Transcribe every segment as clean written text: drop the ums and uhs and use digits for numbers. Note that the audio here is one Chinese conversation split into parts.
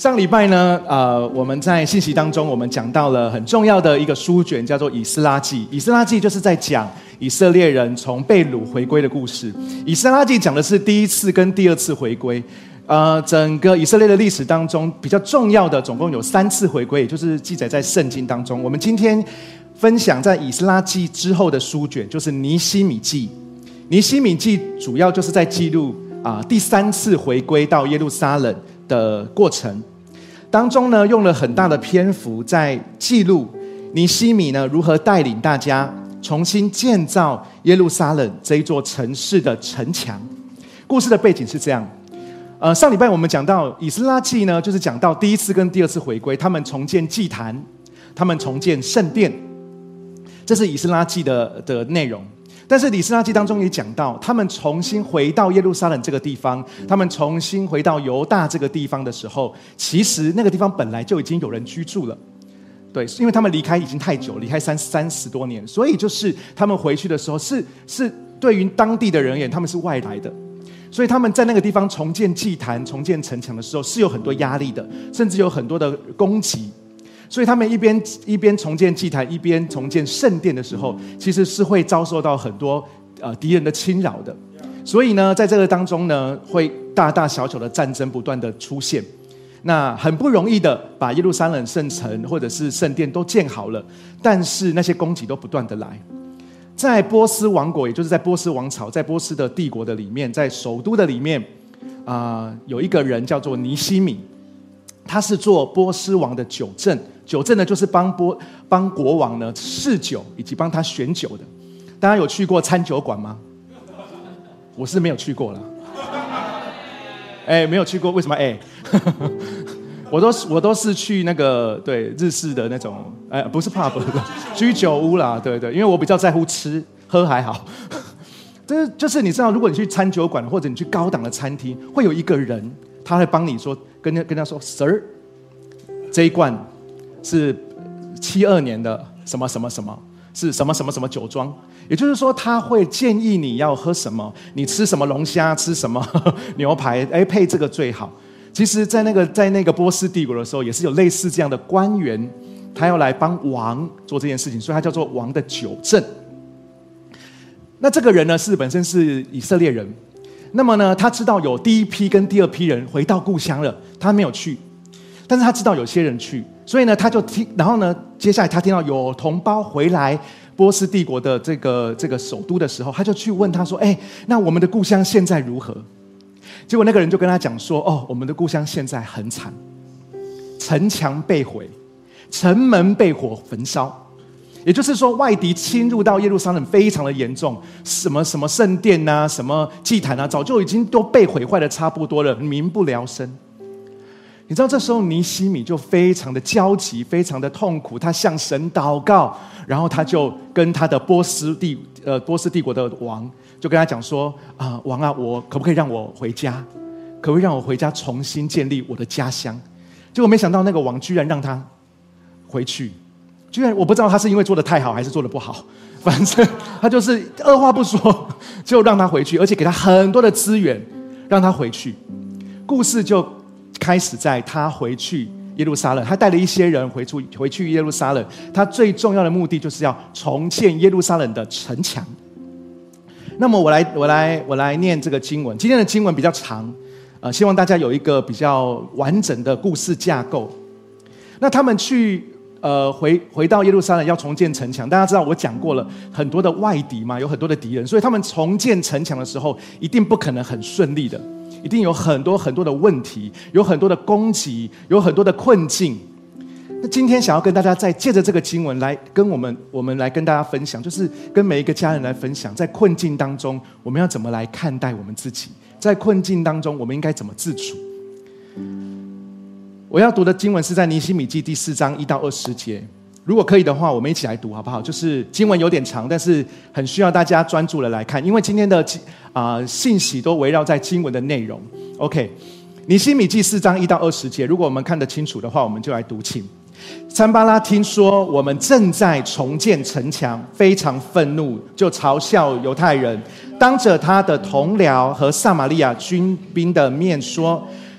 上礼拜呢，我们在信息当中，我们讲到了很重要的一个书卷，叫做《以斯拉记》。以斯拉记就是在讲以色列人从被掳回归的故事。以斯拉记讲的是第一次跟第二次回归。整个以色列的历史当中，比较重要的总共有3次回归，也就是记载在圣经当中。我们今天分享在以斯拉记之后的书卷，就是尼希米记。尼希米记主要就是在记录第3次回归到耶路撒冷的过程。当中呢，用了很大的篇幅在记录尼希米呢如何带领大家重新建造耶路撒冷这一座城市的城墙。故事的背景是这样，上礼拜我们讲到以斯拉记呢，就是讲到第一次跟第二次回归，他们重建祭坛，他们重建圣殿，这是以斯拉记的内容。但是以斯拉记当中也讲到，他们重新回到耶路撒冷这个地方，他们重新回到犹大这个地方的时候，其实那个地方本来就已经有人居住了。对，因为他们离开已经太久，离开30多年，所以就是他们回去的时候是对于当地的人而言，他们是外来的，所以他们在那个地方重建祭坛、重建城墙的时候是有很多压力的，甚至有很多的攻击。所以他们一边重建祭坛，一边重建圣殿的时候，其实是会遭受到很多敌人的侵扰的。所以呢，在这个当中呢，会大大小小的战争不断的出现。那很不容易的把耶路撒冷圣城或者是圣殿都建好了，但是那些攻击都不断的来。在波斯王国，也就是在波斯王朝，在波斯的帝国的里面，在首都的里面，有一个人叫做尼希米，他是做波斯王的酒政。酒政呢，就是帮国王呢试酒，以及帮他选酒的。大家有去过餐酒馆吗？我是没有去过了。没有去过，为什么？我都是去那个对日式的那种，不是 pub 居酒屋啦，对，因为我比较在乎吃，喝还好。就是你知道，如果你去餐酒馆或者你去高档的餐厅，会有一个人，他会帮你说，跟他说 ，Sir， 这一罐是72年的什么什么什么，是什么什么什么酒庄。也就是说，他会建议你要喝什么，你吃什么龙虾，吃什么牛排，配这个最好。其实在那个波斯帝国的时候，也是有类似这样的官员，他要来帮王做这件事情，所以他叫做王的酒政。那这个人呢，本身是以色列人，那么呢，他知道有第一批跟第二批人回到故乡了，他没有去，但是他知道有些人去，所以呢，他就听，然后呢，接下来他听到有同胞回来波斯帝国的这个首都的时候，他就去问他说：“那我们的故乡现在如何？”结果那个人就跟他讲说：“我们的故乡现在很惨，城墙被毁，城门被火焚烧。”也就是说，外敌侵入到耶路撒冷非常的严重，什么圣殿啊，什么祭坛啊，早就已经都被毁坏的差不多了，民不聊生。你知道这时候尼希米就非常的焦急，非常的痛苦，他向神祷告，然后他就跟他的波斯帝国的王就跟他讲说：“王啊，我可不可以让我回家？可不可以让我回家重新建立我的家乡？”结果没想到那个王居然让他回去。居然我不知道他是因为做得太好还是做得不好，反正他就是二话不说就让他回去，而且给他很多的资源让他回去。故事就开始在他回去耶路撒冷，他带了一些人回去耶路撒冷，他最重要的目的就是要重建耶路撒冷的城墙。那么我来念这个经文，今天的经文比较长，希望大家有一个比较完整的故事架构。那他们去回到耶路撒冷要重建城墙，大家知道我讲过了，很多的外敌嘛，有很多的敌人，所以他们重建城墙的时候，一定不可能很顺利的，一定有很多很多的问题，有很多的攻击，有很多的困境。那今天想要跟大家再借着这个经文来跟我们来跟大家分享，就是跟每一个家人来分享，在困境当中我们要怎么来看待我们自己，在困境当中我们应该怎么自处。我要读的经文是在尼希米记第4章1到20节，如果可以的话，我们一起来读好不好？就是经文有点长，但是很需要大家专注的来看，因为今天的信息都围绕在经文的内容。OK， 尼希米记4章1到20节，如果我们看得清楚的话，我们就来读请。参巴拉听说我们正在重建城墙，非常愤怒，就嘲笑犹太人，当着他的同僚和撒玛利亚军兵的面说：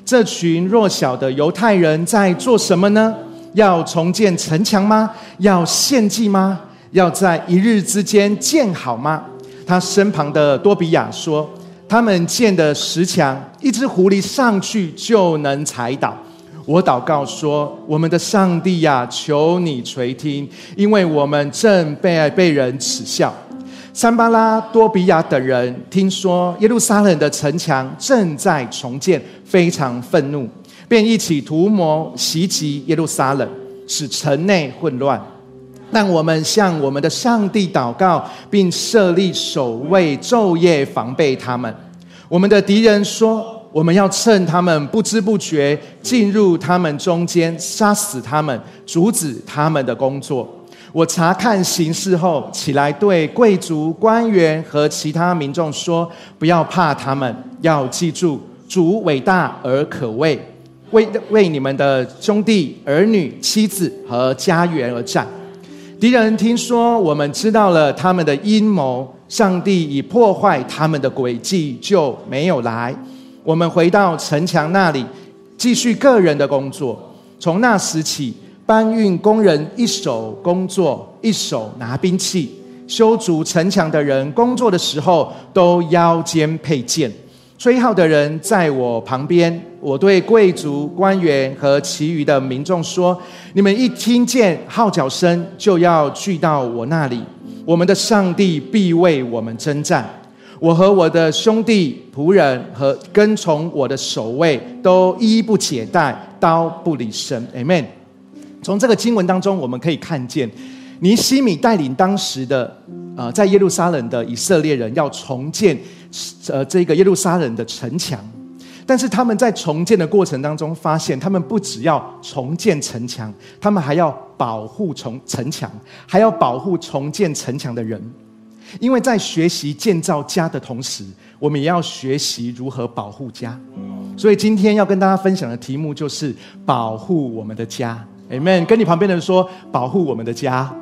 这群弱小的犹太人在做什么呢？要重建城墙吗？要献祭吗？要在一日之间建好吗？他身旁的多比亚说，他们建的石墙，一只狐狸上去就能踩倒。我祷告说，我们的上帝呀，求你垂听，因为我们正被人耻笑。山巴拉、多比亚等人听说耶路撒冷的城墙正在重建，非常愤怒，便一起图谋袭击耶路撒冷，使城内混乱。但我们向我们的上帝祷告，并设立守卫，昼夜防备他们。我们的敌人说，我们要趁他们不知不觉进入他们中间，杀死他们，阻止他们的工作。我查看形势后，起来对贵族、官员和其他民众说，不要怕他们，要记住主伟大而可畏，为你们的兄弟、儿女、妻子和家园而战。敌人听说我们知道了他们的阴谋，上帝已破坏他们的诡计，就没有来。我们回到城墙那里，继续个人的工作。从那时起，搬运工人一手工作，一手拿兵器。修筑城墙的人工作的时候，都腰间佩剑。吹号的人在我旁边，我对贵族、官员和其余的民众说，你们一听见号角声，就要聚到我那里，我们的上帝必为我们征战。我和我的兄弟、仆人和跟从我的守卫都衣不解带，刀不离身。 Amen。 从这个经文当中，我们可以看见尼希米带领当时的在耶路撒冷的以色列人要重建这个耶路撒冷的城墙。但是他们在重建的过程当中发现，他们不只要重建城墙，他们还要保护城墙，还要保护重建城墙的人。因为在学习建造家的同时，我们也要学习如何保护家。所以今天要跟大家分享的题目就是保护我们的家。 Amen。 跟你旁边的人说，保护我们的家。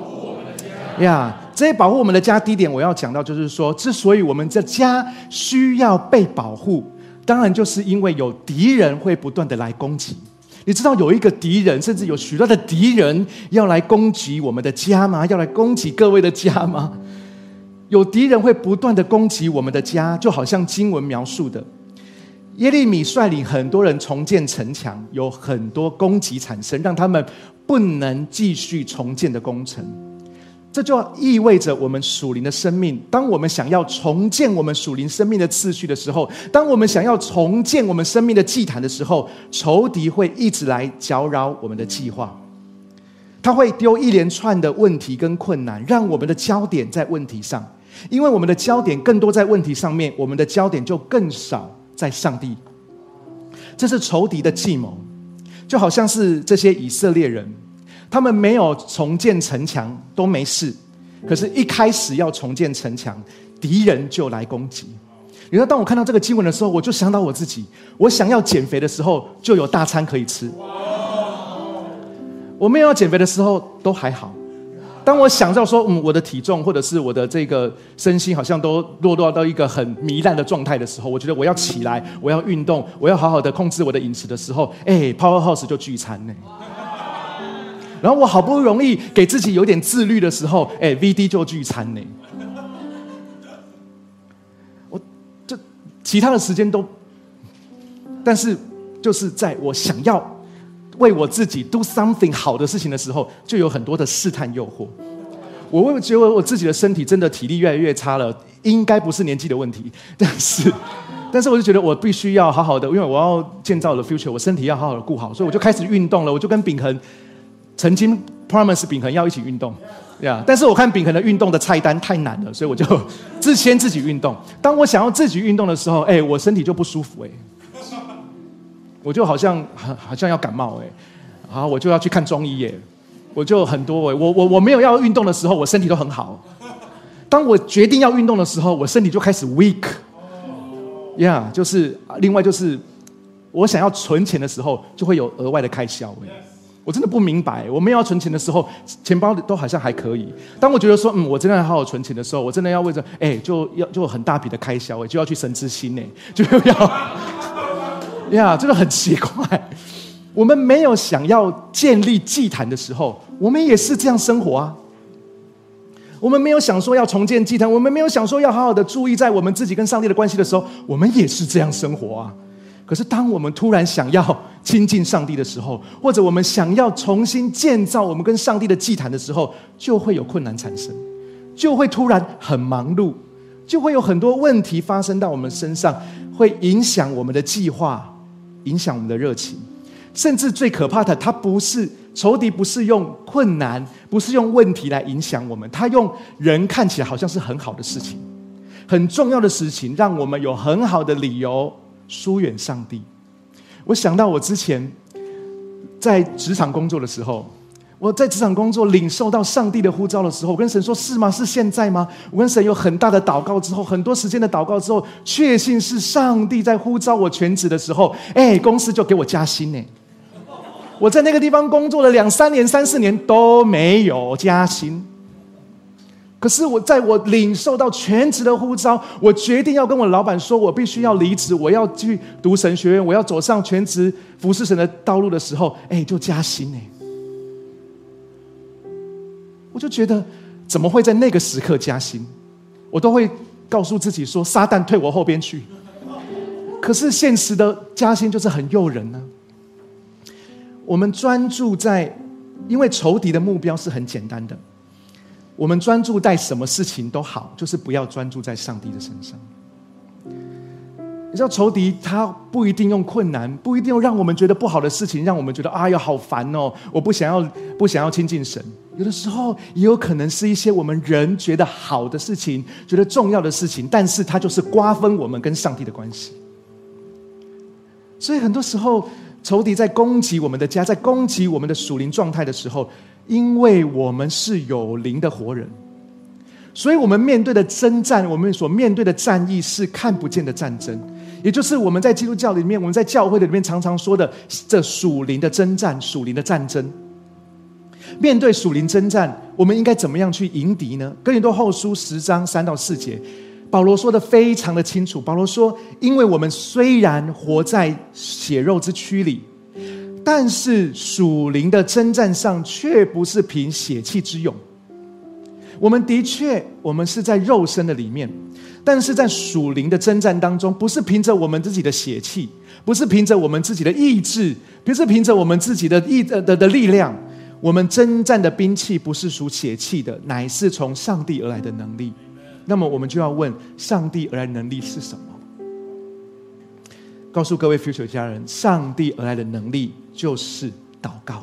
这些保护我们的家，第一点我要讲到就是说，之所以我们的家需要被保护，当然就是因为有敌人会不断的来攻击。你知道有一个敌人，甚至有许多的敌人要来攻击我们的家吗？要来攻击各位的家吗？有敌人会不断的攻击我们的家，就好像经文描述的，耶利米率领很多人重建城墙，有很多攻击产生，让他们不能继续重建的工程。这就意味着我们属灵的生命，当我们想要重建我们属灵生命的次序的时候，当我们想要重建我们生命的祭坛的时候，仇敌会一直来搅扰我们的计划。他会丢一连串的问题跟困难，让我们的焦点在问题上。因为我们的焦点更多在问题上面，我们的焦点就更少在上帝。这是仇敌的计谋。就好像是这些以色列人，他们没有重建城墙都没事，可是一开始要重建城墙，敌人就来攻击。你知道，当我看到这个经文的时候，我就想到我自己，我想要减肥的时候就有大餐可以吃，我没有要减肥的时候都还好。当我想到说我的体重或者是我的这个身心好像都落到一个很糜烂的状态的时候，我觉得我要起来，我要运动，我要好好的控制我的饮食的时候，Powerhouse 就聚餐呢。然后我好不容易给自己有点自律的时候，VD 就聚餐呢。我这其他的时间都，但是就是在我想要为我自己 do something 好的事情的时候，就有很多的试探诱惑。我会觉得我自己的身体真的体力越来越差了，应该不是年纪的问题，但是我就觉得我必须要好好的，因为我要建造的 future， 我身体要好好的顾好，所以我就开始运动了。我就跟秉恒曾经 promise 秉恒要一起运动，但是我看秉恒的运动的菜单太难了，所以我就先自己运动。当我想要自己运动的时候，我身体就不舒服我就好像要感冒好，我就要去看中医我就很多我没有要运动的时候，我身体都很好。当我决定要运动的时候，我身体就开始 weak。就是另外就是我想要存钱的时候，就会有额外的开销我真的不明白，我们要存钱的时候，钱包都好像还可以。当我觉得说，我真的要好好存钱的时候，我真的要为着，就有很大笔的开销就要去神之星就要呀，这个很奇怪。我们没有想要建立祭坛的时候，我们也是这样生活啊。我们没有想说要重建祭坛，我们没有想说要好好的注意在我们自己跟上帝的关系的时候，我们也是这样生活啊。可是当我们突然想要亲近上帝的时候，或者我们想要重新建造我们跟上帝的祭坛的时候，就会有困难产生，就会突然很忙碌，就会有很多问题发生到我们身上，会影响我们的计划，影响我们的热情。甚至最可怕的，仇敌不是用困难，不是用问题来影响我们，他用人看起来好像是很好的事情，很重要的事情，让我们有很好的理由疏远上帝。我想到我之前在职场工作的时候，我在职场工作领受到上帝的呼召的时候，我跟神说，是吗？是现在吗？我跟神有很大的祷告之后，很多时间的祷告之后，确信是上帝在呼召我全职的时候，公司就给我加薪呢。我在那个地方工作了2、3年、3、4年都没有加薪。可是在我领受到全职的呼召，我决定要跟我的老板说，我必须要离职，我要去读神学院，我要走上全职服侍神的道路的时候，就加薪呢。我就觉得怎么会在那个时刻加薪？我都会告诉自己说，撒旦退我后边去。可是现实的加薪就是很诱人啊。我们专注在，因为仇敌的目标是很简单的，我们专注在什么事情都好，就是不要专注在上帝的身上。你知道仇敌他不一定用困难，不一定用让我们觉得不好的事情，让我们觉得哎呀好烦哦，我不想要亲近神。有的时候也有可能是一些我们人觉得好的事情，觉得重要的事情，但是它就是瓜分我们跟上帝的关系。所以很多时候仇敌在攻击我们的家，在攻击我们的属灵状态的时候，因为我们是有灵的活人，所以我们面对的征战，我们所面对的战役是看不见的战争，也就是我们在基督教里面，我们在教会里面常常说的这属灵的征战，属灵的战争。面对属灵征战，我们应该怎么样去迎敌呢？哥林多后书10章3到4节，保罗说的非常的清楚。保罗说，因为我们虽然活在血肉之躯里，但是属灵的征战上却不是凭血气之勇。我们的确，我们是在肉身的里面，但是在属灵的征战当中，不是凭着我们自己的血气，不是凭着我们自己的意志，不是凭着我们自己的力量。我们征战的兵器不是属血气的，乃是从上帝而来的能力。那么我们就要问，上帝而来的能力是什么？告诉各位 Future 家人，上帝而来的能力就是祷告。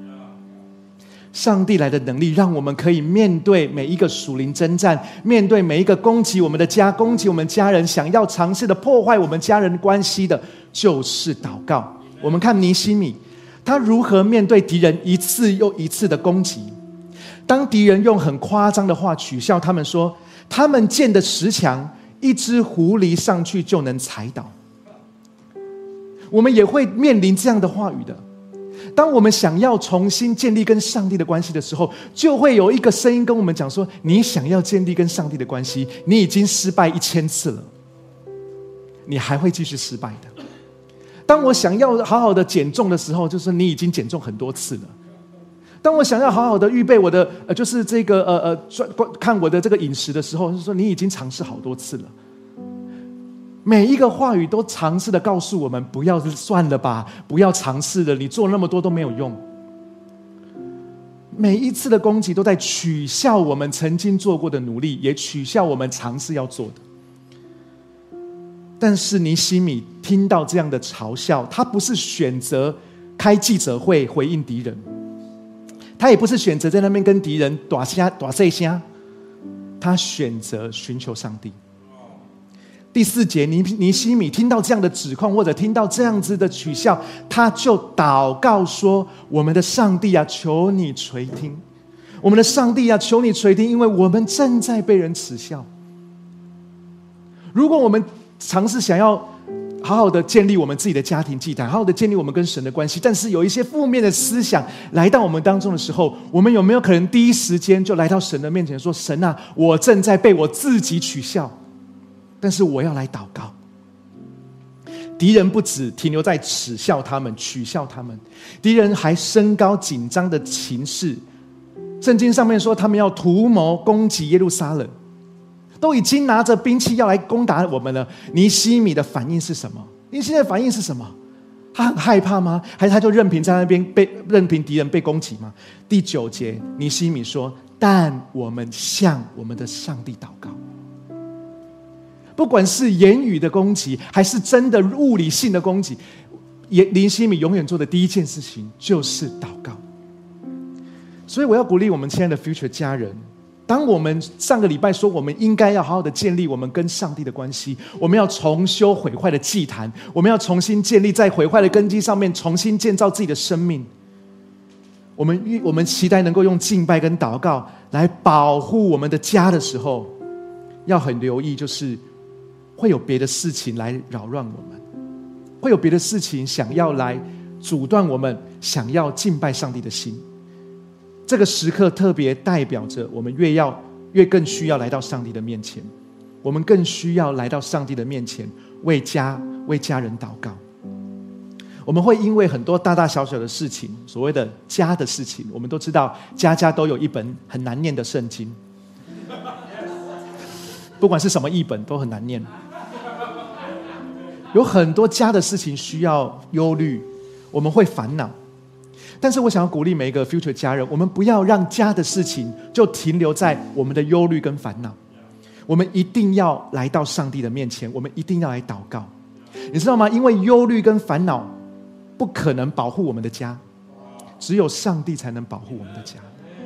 上帝来的能力让我们可以面对每一个属灵征战，面对每一个攻击我们的家，攻击我们家人，想要尝试的破坏我们家人关系的，就是祷告。我们看尼希米，他如何面对敌人一次又一次的攻击。当敌人用很夸张的话取笑他们说，他们建的石墙，一只狐狸上去就能踩倒。我们也会面临这样的话语的。当我们想要重新建立跟上帝的关系的时候，就会有一个声音跟我们讲说，你想要建立跟上帝的关系，你已经失败1000次了，你还会继续失败的。当我想要好好的减重的时候，就是你已经减重很多次了。当我想要好好的预备我的就是这个看我的这个饮食的时候，就是说你已经尝试好多次了。每一个话语都尝试的告诉我们，不要算了吧，不要尝试了，你做那么多都没有用。每一次的攻击都在取笑我们曾经做过的努力，也取笑我们尝试要做的。但是尼希米听到这样的嘲笑，他不是选择开记者会回应敌人，他也不是选择在那边跟敌人打这下，他选择寻求上帝。第4节，尼希米听到这样的指控，或者听到这样子的取笑，他就祷告说，我们的上帝啊，求你垂听，我们的上帝啊，求你垂听，因为我们正在被人耻笑。如果我们尝试想要好好的建立我们自己的家庭祭坛，好好的建立我们跟神的关系，但是有一些负面的思想来到我们当中的时候，我们有没有可能第一时间就来到神的面前说，神啊，我正在被我自己取笑，但是我要来祷告。 敌人不只停留在耻笑他们、取笑他们，敌人还升高紧张的情势。圣经上面说，他们要图谋攻击耶路撒冷，都已经拿着兵器要来攻打我们了。尼西米的反应是什么？尼西米的反应是什么？他很害怕吗？还是他就任凭在那边任凭敌人被攻击吗？第9节，尼西米说：“但我们向我们的上帝祷告。”不管是言语的攻击，还是真的物理性的攻击，尼西米永远做的第一件事情就是祷告。所以我要鼓励我们亲爱的 Future 家人，当我们上个礼拜说我们应该要好好的建立我们跟上帝的关系，我们要重修毁坏的祭坛，我们要重新建立在毁坏的根基上面，重新建造自己的生命。我们期待能够用敬拜跟祷告来保护我们的家的时候，要很留意，就是会有别的事情来扰乱我们，会有别的事情想要来阻断我们想要敬拜上帝的心。这个时刻特别代表着我们越更需要来到上帝的面前，我们更需要来到上帝的面前，为家人祷告。我们会因为很多大大小小的事情，所谓的家的事情，我们都知道家家都有一本很难念的圣经，不管是什么译本都很难念。有很多家的事情需要忧虑，我们会烦恼。但是我想要鼓励每一个 Future 家人，我们不要让家的事情就停留在我们的忧虑跟烦恼，我们一定要来到上帝的面前，我们一定要来祷告。你知道吗？因为忧虑跟烦恼不可能保护我们的家，只有上帝才能保护我们的家。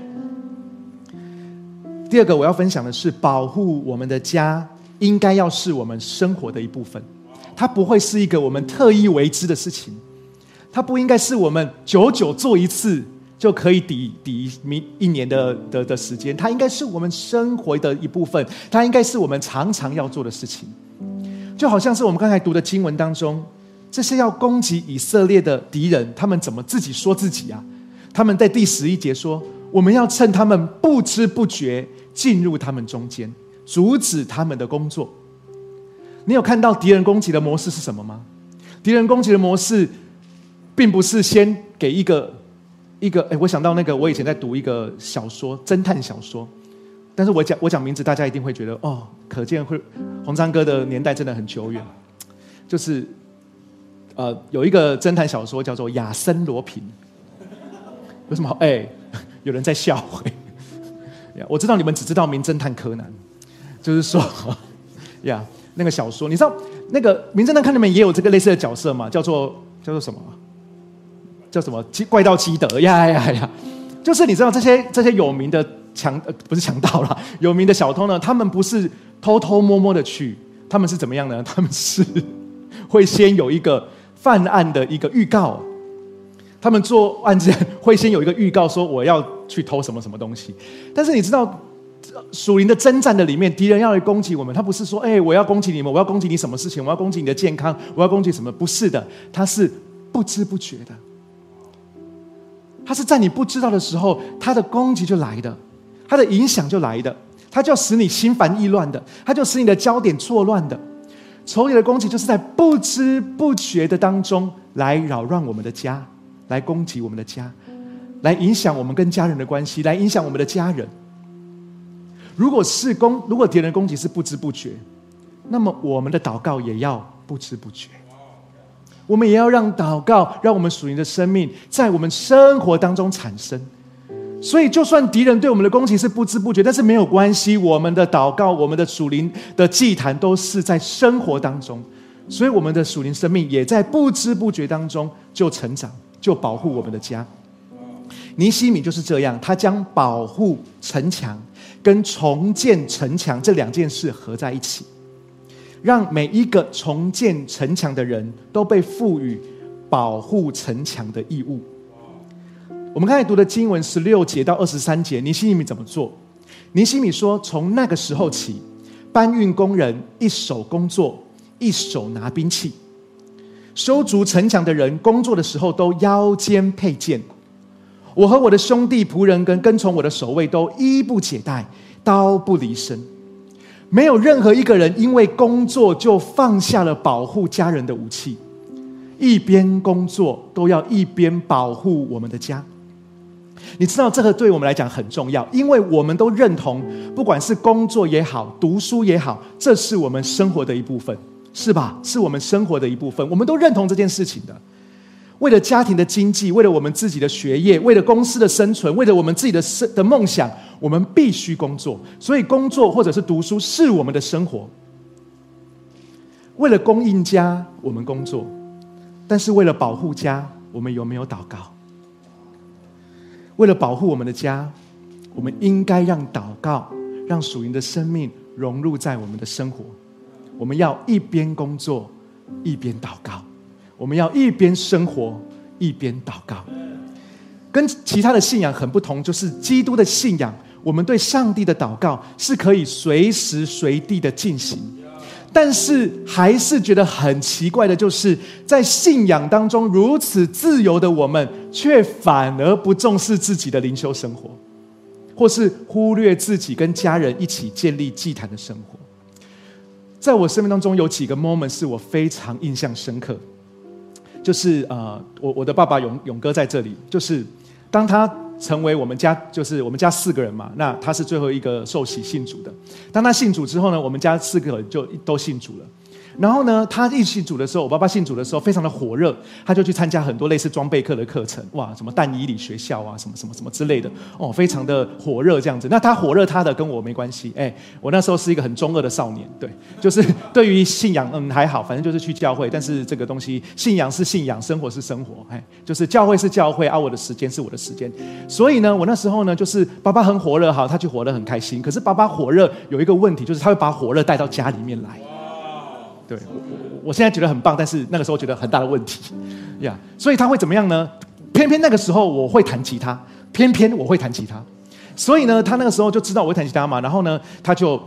第二个我要分享的是，保护我们的家应该要是我们生活的一部分，它不会是一个我们特意为之的事情，它不应该是我们久久做一次就可以抵一年的时间，它应该是我们生活的一部分，它应该是我们常常要做的事情。就好像是我们刚才读的经文当中，这些要攻击以色列的敌人，他们怎么自己说自己啊？他们在第11节说，我们要趁他们不知不觉进入他们中间，阻止他们的工作。你有看到敌人攻击的模式是什么吗？敌人攻击的模式并不是先给一个我想到那个我以前在读一个小说，侦探小说，但是我讲名字大家一定会觉得哦，可见洪章哥的年代真的很久远。就是有一个侦探小说叫做亚森罗平。有什么好？有人在笑。我知道你们只知道名侦探柯南，就是说呀，那个小说，你知道那个名侦探柯南里面也有这个类似的角色嘛？叫做什么？叫什么？怪盗基德呀！就是你知道这些有名的不是强盗啦，有名的小偷呢，他们不是偷偷摸摸的去，他们是怎么样呢？他们是会先有一个犯案的一个预告。他们做案之前会先有一个预告，说我要去偷什么什么东西。但是你知道，属灵的征战的里面，敌人要来攻击我们，他不是说我要攻击你们，我要攻击你什么事情，我要攻击你的健康，我要攻击什么？不是的，他是不知不觉的，他是在你不知道的时候，他的攻击就来的，他的影响就来的，他就使你心烦意乱的，他就使你的焦点错乱的。仇敌的攻击就是在不知不觉的当中来扰乱我们的家，来攻击我们的家，来影响我们跟家人的关系，来影响我们的家人。如果敌人攻击是不知不觉，那么我们的祷告也要不知不觉。我们也要让祷告，让我们属灵的生命在我们生活当中产生。所以就算敌人对我们的攻击是不知不觉，但是没有关系，我们的祷告，我们的属灵的祭坛都是在生活当中，所以我们的属灵生命也在不知不觉当中就成长，就保护我们的家。尼西米就是这样，他将保护城墙跟重建城墙这两件事合在一起，让每一个重建城墙的人都被赋予保护城墙的义务。我们刚才读的经文16节到23节，尼西米怎么做？尼西米说，从那个时候起，搬运工人一手工作，一手拿兵器，修筑城墙的人工作的时候都腰间佩剑。我和我的兄弟仆人跟从我的守卫都衣不解带，刀不离身。 没有任何一个人因为工作就放下了保护家人的武器，一边工作都要一边保护我们的家。你知道这个对我们来讲很重要，因为我们都认同，不管是工作也好，读书也好，这是我们生活的一部分，是吧？是我们生活的一部分，我们都认同这件事情的。为了家庭的经济，为了我们自己的学业，为了公司的生存，为了我们自己的梦想，我们必须工作。所以工作或者是读书是我们的生活。为了供应家，我们工作，但是为了保护家，我们有没有祷告？为了保护我们的家，我们应该让祷告，让属灵的生命融入在我们的生活。我们要一边工作一边祷告，我们要一边生活一边祷告。跟其他的信仰很不同，就是基督的信仰，我们对上帝的祷告是可以随时随地的进行。但是还是觉得很奇怪的，就是在信仰当中如此自由的我们，却反而不重视自己的灵修生活，或是忽略自己跟家人一起建立祭坛的生活。在我生命当中有几个 moment 是我非常印象深刻，就是我的爸爸勇哥在这里，就是当他成为我们家，就是我们家4个人嘛，那他是最后一个受洗信主的。当他信主之后呢，我们家4个人就都信主了。然后呢，他一信主的时候，我爸爸信主的时候非常的火热，他就去参加很多类似装备课的课程，哇，什么但以理学校啊，什么什么什么之类的，哦，非常的火热这样子。那他火热他的，跟我没关系，我那时候是一个很中二的少年，对，就是对于信仰，还好，反正就是去教会，但是这个东西，信仰是信仰，生活是生活，就是教会是教会，我的时间是我的时间。所以呢，我那时候呢，就是爸爸很火热，好，他去火热很开心。可是爸爸火热有一个问题，就是他会把火热带到家里面来。对，我现在觉得很棒，但是那个时候觉得很大的问题呀。所以他会怎么样呢？偏偏那个时候我会弹吉他，所以呢，他那个时候就知道我会弹吉他嘛。然后呢，他就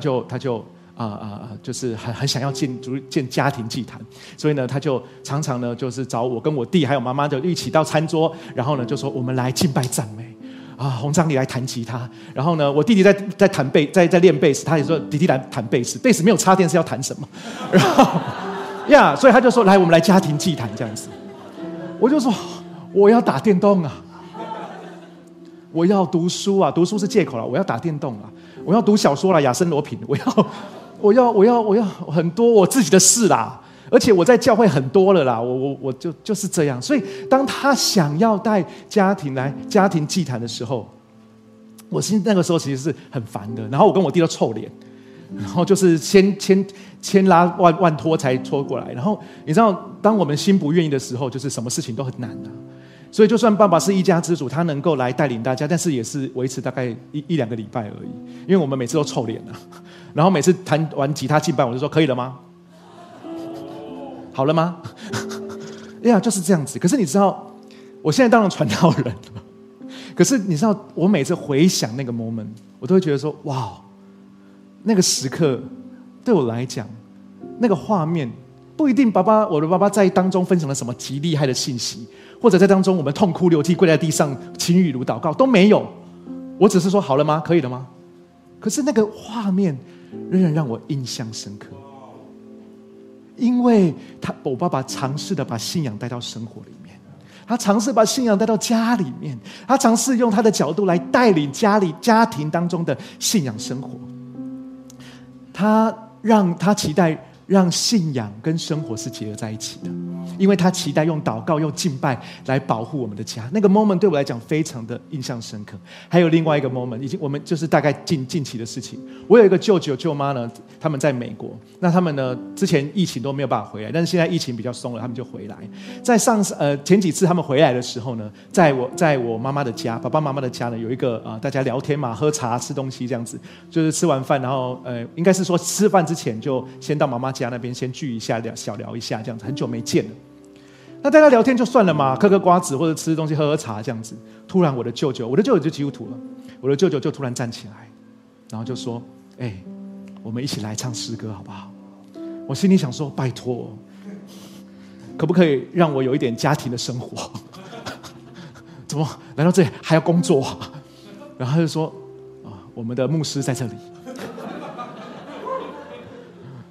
就是很想要建家庭祭坛，所以呢，他就常常呢，就是找我跟我弟还有妈妈就一起到餐桌，然后呢，就说我们来敬拜赞美。洪章你来弹吉他，然后呢，我弟弟在弹在练贝斯，他也说弟弟来弹贝斯，贝斯没有插电是要弹什么？然后所以他就说来，我们来家庭祭坛这样子。我就说我要打电动啊，我要读书啊，读书是借口了，我要打电动啊，我要读小说啦，亚森罗平，我要很多我自己的事啦。而且我在教会很多了啦，我就是这样。所以当他想要带家庭来家庭祭坛的时候，我那个时候其实是很烦的。然后我跟我弟都臭脸，然后就是千拉万拖才拖过来。然后你知道，当我们心不愿意的时候，就是什么事情都很难啊。所以就算爸爸是一家之主，他能够来带领大家，但是也是维持大概一两个礼拜而已，因为我们每次都臭脸啊。然后每次弹完吉他敬拜，我就说可以了吗？好了吗？就是这样子。可是你知道，我现在当然传道人了。可是你知道，我每次回想那个 moment， 我都会觉得说，哇，那个时刻对我来讲，那个画面不一定我的爸爸在当中分享了什么极厉害的信息，或者在当中我们痛哭流涕跪在地上晴雨如祷告都没有。我只是说好了吗？可以了吗？可是那个画面仍然让我印象深刻。因为我爸爸尝试的把信仰带到生活里面，他尝试把信仰带到家里面，他尝试用他的角度来带领家庭当中的信仰生活。他期待让信仰跟生活是结合在一起的，因为他期待用祷告用敬拜来保护我们的家。那个 moment 对我来讲非常的印象深刻。还有另外一个 moment， 我们就是大概近期的事情。我有一个舅舅舅妈呢，他们在美国，那他们呢之前疫情都没有办法回来，但是现在疫情比较松了，他们就回来。在前几次他们回来的时候呢，在我妈妈的家，爸爸妈妈的家呢，有一个大家聊天嘛，喝茶吃东西这样子，就是吃完饭，然后应该是说吃饭之前就先到妈妈家那边先聚一下，小聊一下这样子，很久没见了。那大家聊天就算了嘛，嗑瓜子或者吃东西喝茶这样子。突然我的舅舅就基督徒了，我的舅舅就突然站起来，然后就说：“我们一起来唱诗歌好不好？”我心里想说：“拜托，可不可以让我有一点家庭的生活？怎么来到这里还要工作？”然后他就说：“我们的牧师在这里。”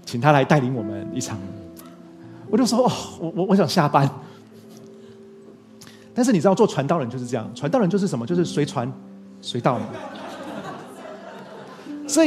请他来带领我们一场。我就说我想下班。但是你知道做传道人就是这样，传道人就是什么？就是随传随到嘛。所以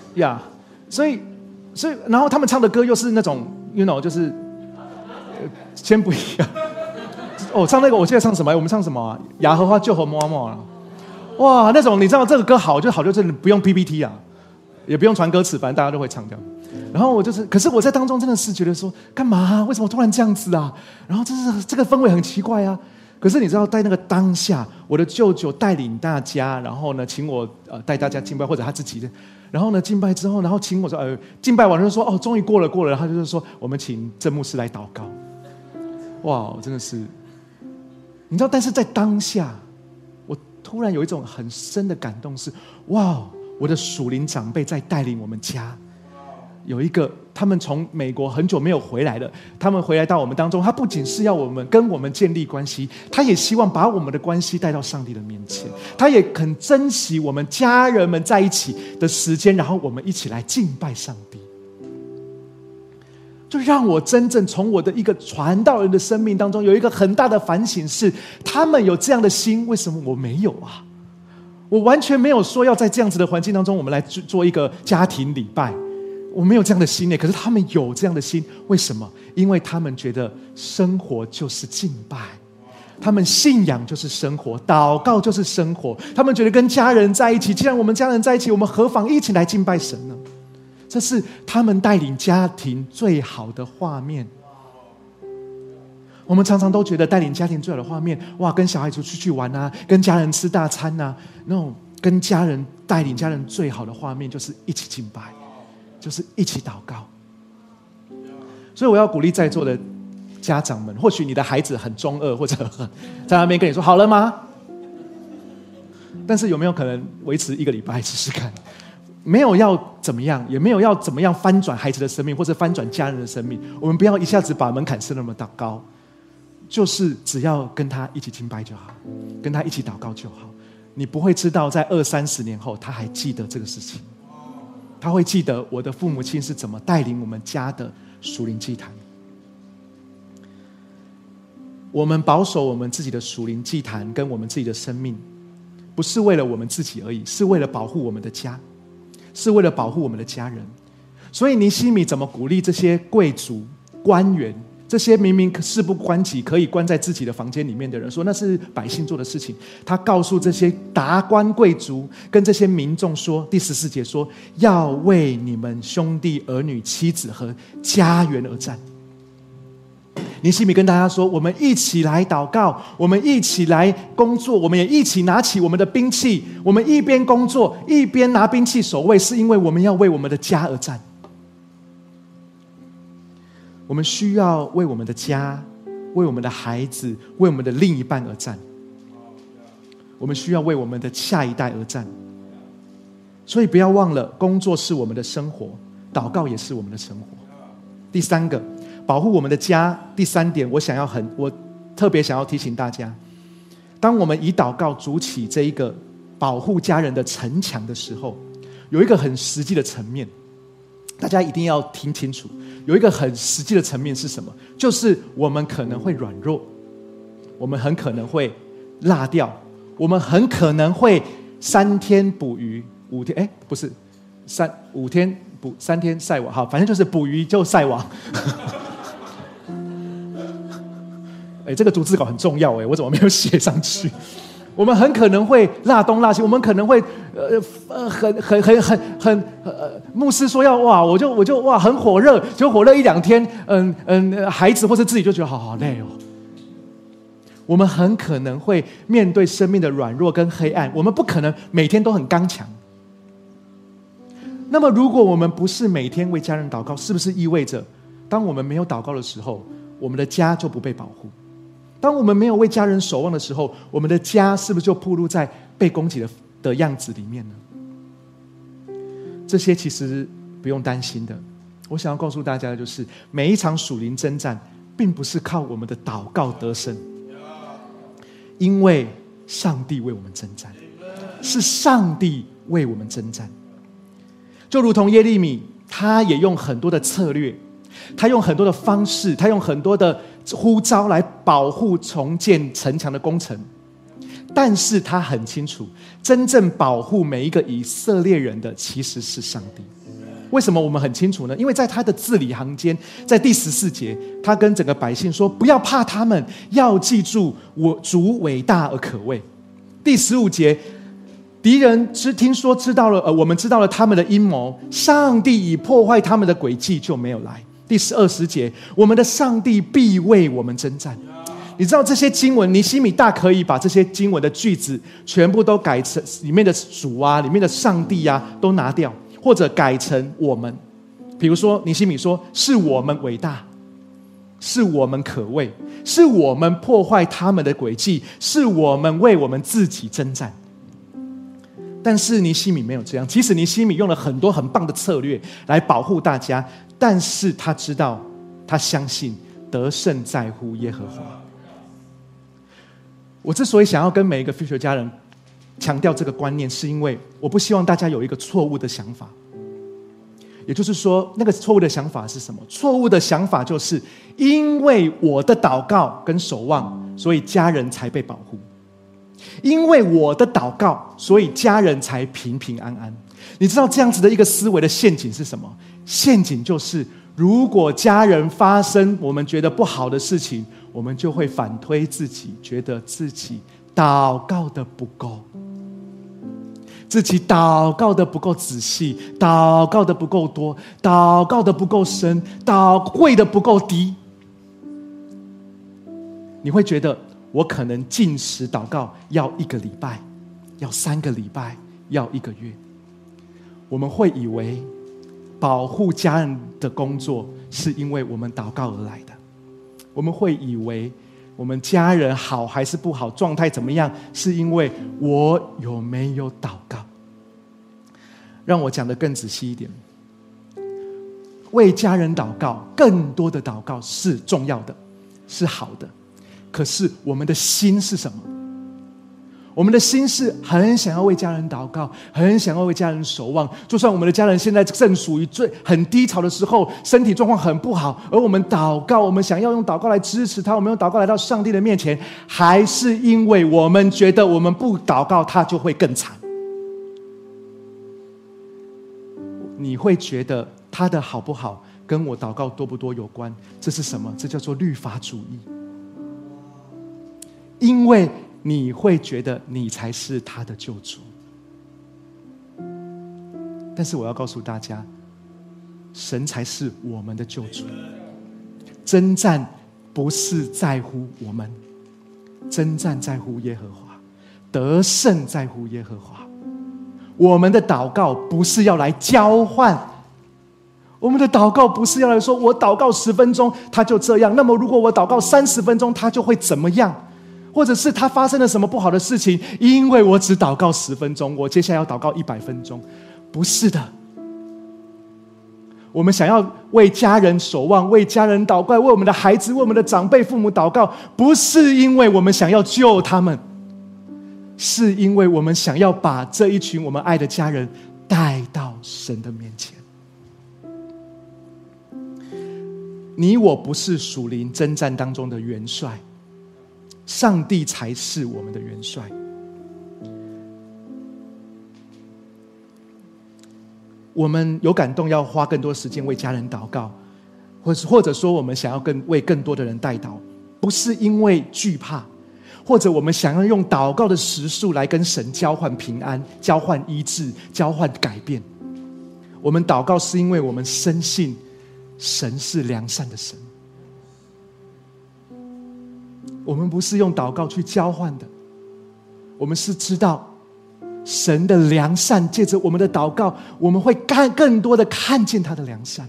然后他们唱的歌又是那种 就是先不一样。唱那个我记得唱什么？我们唱什么啊？雅荷花就和摸摸了。哇，那种你知道这个歌好就真的不用 PPT 啊，也不用传歌词，反正大家都会唱掉。然后可是我在当中真的是觉得说，干嘛为什么突然这样子啊？然后这个氛围很奇怪啊。可是你知道，在那个当下，我的舅舅带领大家，然后呢，请我带大家敬拜，或者他自己的，然后呢敬拜之后，然后请我说敬拜完就说终于过了，然后他就是说我们请郑牧师来祷告。哇，真的是，你知道，但是在当下，我突然有一种很深的感动是，哇，我的属灵长辈在带领我们家。有一个他们从美国很久没有回来了，他们回来到我们当中，他不仅是要我们跟我们建立关系，他也希望把我们的关系带到上帝的面前，他也很珍惜我们家人们在一起的时间，然后我们一起来敬拜上帝。就让我真正从我的一个传道人的生命当中有一个很大的反省是，他们有这样的心，为什么我没有啊？我完全没有说要在这样子的环境当中我们来做一个家庭礼拜，我没有这样的心耶，可是他们有这样的心，为什么？因为他们觉得生活就是敬拜，他们信仰就是生活，祷告就是生活，他们觉得跟家人在一起，既然我们家人在一起，我们何妨一起来敬拜神呢？这是他们带领家庭最好的画面。我们常常都觉得带领家庭最好的画面，哇，跟小孩子出去玩啊，跟家人吃大餐啊，那种跟家人带领家人最好的画面就是一起敬拜，就是一起祷告。所以我要鼓励在座的家长们，或许你的孩子很中二，或者在那边跟你说好了吗？但是有没有可能维持1个礼拜试试看？没有要怎么样，也没有要怎么样翻转孩子的生命，或者翻转家人的生命。我们不要一下子把门槛设那么高，就是只要跟他一起敬拜就好，跟他一起祷告就好。你不会知道在20-30年后他还记得这个事情，他会记得我的父母亲是怎么带领我们家的属灵祭坛。我们保守我们自己的属灵祭坛跟我们自己的生命，不是为了我们自己而已，是为了保护我们的家，是为了保护我们的家人。所以尼希米怎么鼓励这些贵族官员，这些明明事不关己可以关在自己的房间里面的人，说那是百姓做的事情。他告诉这些达官贵族跟这些民众说，第14节说，要为你们兄弟儿女妻子和家园而战。尼希米跟大家说，我们一起来祷告，我们一起来工作，我们也一起拿起我们的兵器，我们一边工作一边拿兵器守卫，是因为我们要为我们的家而战。我们需要为我们的家，为我们的孩子，为我们的另一半而战。我们需要为我们的下一代而战。所以不要忘了，工作是我们的生活，祷告也是我们的生活。第3个，保护我们的家。第3点，我特别想要提醒大家，当我们以祷告筑起这一个保护家人的城墙的时候，有一个很实际的层面，大家一定要听清楚。有一个很实际的层面是什么？就是我们可能会软弱，我们很可能会落掉，我们很可能会3天捕鱼5天，不是5天捕3天晒网，好，反正就是捕鱼就晒网。这个逐字稿很重要，我怎么没有写上去？我们很可能会落东落西，我们可能会牧师说要我就很火热，就火热1-2天，孩子或者自己就觉得好累哦。我们很可能会面对生命的软弱跟黑暗，我们不可能每天都很刚强。那么如果我们不是每天为家人祷告，是不是意味着当我们没有祷告的时候，我们的家就不被保护？当我们没有为家人守望的时候，我们的家是不是就暴露在被攻击的样子里面呢？这些其实不用担心的。我想要告诉大家的就是，每一场属灵征战并不是靠我们的祷告得胜，因为上帝为我们征战，是上帝为我们征战。就如同耶利米他也用很多的策略，他用很多的方式，他用很多的呼召来保护重建城墙的工程。但是他很清楚，真正保护每一个以色列人的其实是上帝。为什么我们很清楚呢？因为在他的字里行间，在第14节，他跟整个百姓说，不要怕他们，要记住我主伟大而可畏。第15节，敌人听说知道了，我们知道了他们的阴谋，上帝已破坏他们的诡计，就没有来。第20节，我们的上帝必为我们征战。你知道这些经文，尼希米大可以把这些经文的句子全部都改成里面的主啊，里面的上帝啊都拿掉，或者改成我们。比如说尼希米说，是我们伟大，是我们可畏，是我们破坏他们的诡计，是我们为我们自己征战。但是尼希米没有这样，即使尼希米用了很多很棒的策略来保护大家，但是他知道，他相信得胜在乎耶和华。我之所以想要跟每一个 Future 家人强调这个观念，是因为我不希望大家有一个错误的想法。也就是说，那个错误的想法是什么？错误的想法就是因为我的祷告跟守望，所以家人才被保护；因为我的祷告，所以家人才平平安安。你知道这样子的一个思维的陷阱是什么？陷阱就是，如果家人发生我们觉得不好的事情，我们就会反推自己，觉得自己祷告的不够，自己祷告的不够仔细，祷告的不够多，祷告的不够深，跪的不够低。你会觉得我可能禁食祷告要1个礼拜，要3个礼拜，要1个月。我们会以为保护家人的工作是因为我们祷告而来的，我们会以为我们家人好还是不好，状态怎么样，是因为我有没有祷告。让我讲得更仔细一点，为家人祷告，更多的祷告是重要的，是好的。可是我们的心是什么？我们的心是很想要为家人祷告，很想要为家人守望。就算我们的家人现在正属于很低潮的时候，身体状况很不好，而我们祷告，我们想要用祷告来支持他，我们用祷告来到上帝的面前，还是因为我们觉得我们不祷告他就会更惨。你会觉得他的好不好跟我祷告多不多有关。这是什么？这叫做律法主义。因为你会觉得你才是他的救主。但是我要告诉大家，神才是我们的救主。征战不是在乎我们，征战在乎耶和华，得胜在乎耶和华。我们的祷告不是要来交换，我们的祷告不是要来说我祷告10分钟他就这样，那么如果我祷告30分钟他就会怎么样，或者是他发生了什么不好的事情，因为我只祷告10分钟，我接下来要祷告100分钟。不是的，我们想要为家人守望，为家人祷告，为我们的孩子，为我们的长辈父母祷告，不是因为我们想要救他们，是因为我们想要把这一群我们爱的家人带到神的面前。你我不是属灵征战当中的元帅，上帝才是我们的元帅。我们有感动要花更多时间为家人祷告，或者说我们想要为更多的人代祷，不是因为惧怕，或者我们想要用祷告的时数来跟神交换平安，交换医治，交换改变。我们祷告是因为我们深信神是良善的神。我们不是用祷告去交换的，我们是知道神的良善，借着我们的祷告，我们会更多的看见他的良善。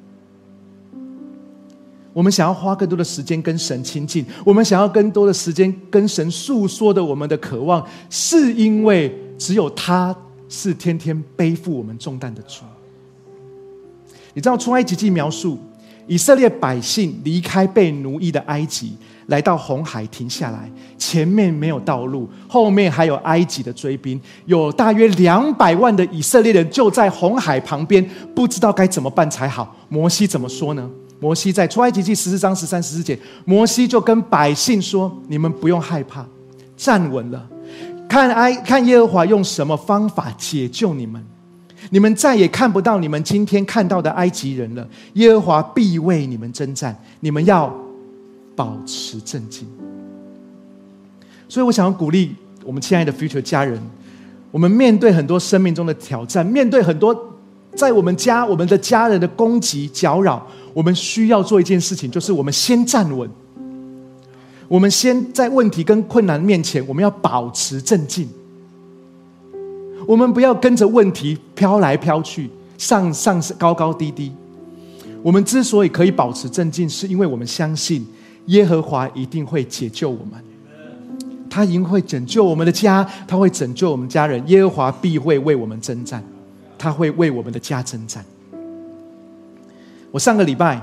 我们想要花更多的时间跟神亲近，我们想要更多的时间跟神诉说的我们的渴望，是因为只有他是天天背负我们重担的主。你知道出埃及记描述以色列百姓离开被奴役的埃及，来到红海停下来，前面没有道路，后面还有埃及的追兵，有大约200万的以色列人就在红海旁边，不知道该怎么办才好。摩西怎么说呢？摩西在出埃及记14章13、14节，摩西就跟百姓说：你们不用害怕，站稳了，看耶和华用什么方法解救你们。你们再也看不到你们今天看到的埃及人了，耶和华必为你们征战，你们要保持镇静。所以我想要鼓励我们亲爱的 Future 家人，我们面对很多生命中的挑战，面对很多在我们的家人的攻击搅扰，我们需要做一件事情，就是我们先站稳，我们先在问题跟困难面前，我们要保持镇静。我们不要跟着问题飘来飘去，上高高低低。我们之所以可以保持镇静，是因为我们相信耶和华一定会解救我们，他一定会拯救我们的家，他会拯救我们家人。耶和华必会为我们征战，他会为我们的家征战。我上个礼拜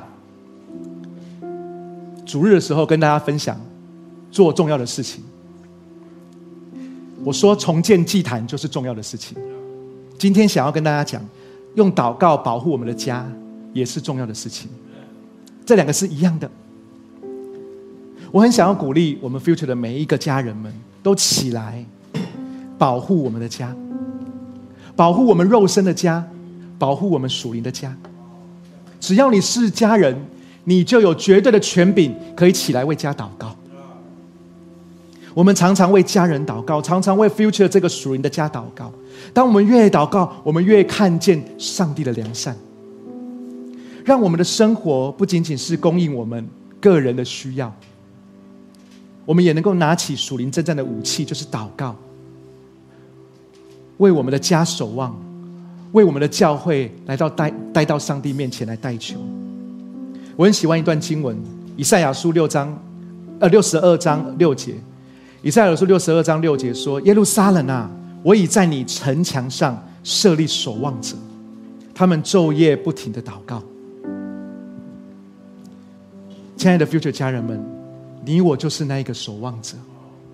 主日的时候跟大家分享做重要的事情，我说重建祭坛就是重要的事情。今天想要跟大家讲，用祷告保护我们的家也是重要的事情，这两个是一样的。我很想要鼓励我们 Future 的每一个家人们都起来保护我们的家，保护我们肉身的家，保护我们属灵的家。只要你是家人，你就有绝对的权柄可以起来为家祷告。我们常常为家人祷告，常常为 Future 这个属灵的家祷告。当我们越祷告，我们越看见上帝的良善，让我们的生活不仅仅是供应我们个人的需要，我们也能够拿起属灵征战的武器，就是祷告，为我们的家守望，为我们的教会来到带到上帝面前来代求。我很喜欢一段经文，以赛亚书62章6节。以赛亚书62章6节说：耶路撒冷啊，我已在你城墙上设立守望者，他们昼夜不停地祷告。亲爱的 Future 家人们，你我就是那一个守望者。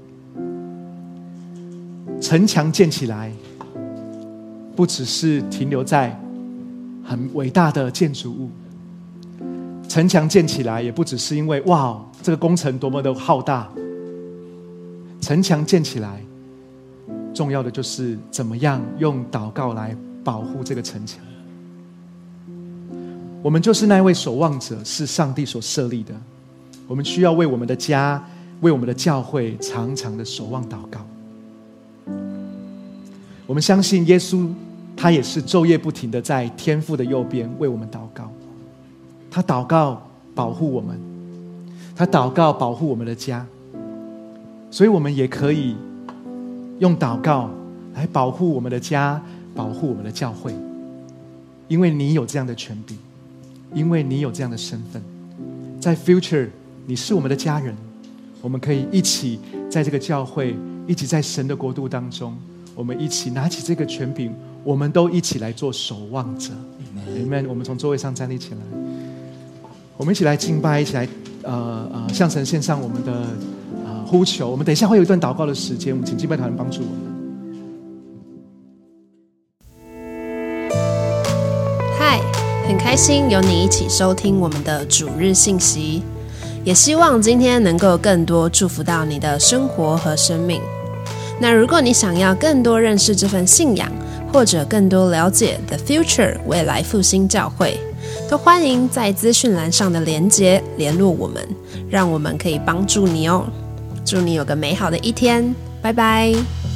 城墙建起来不只是停留在很伟大的建筑物，城墙建起来也不只是因为哇这个工程多么的浩大，城墙建起来重要的就是怎么样用祷告来保护这个城墙。我们就是那位守望者，是上帝所设立的，我们需要为我们的家，为我们的教会常常的守望祷告。我们相信耶稣他也是昼夜不停的在天父的右边为我们祷告，他祷告保护我们，他祷告保护我们的家，所以我们也可以用祷告来保护我们的家，保护我们的教会。因为你有这样的权柄，因为你有这样的身份，在 Future 你是我们的家人，我们可以一起在这个教会，一起在神的国度当中，我们一起拿起这个权柄，我们都一起来做守望者。Amen。 我们从座位上站立起来，我们一起来敬拜，一起来向神献上我们的呼求。我们等一下会有一段祷告的时间，我们请敬拜团帮助我们。 嗨，很开心有你一起收听我们的主日信息，也希望今天能够更多祝福到你的生活和生命。那如果你想要更多认识这份信仰，或者更多了解 The Future 未来复兴教会，都欢迎在资讯栏上的连结联络我们，让我们可以帮助你哦。祝你有个美好的一天，拜拜。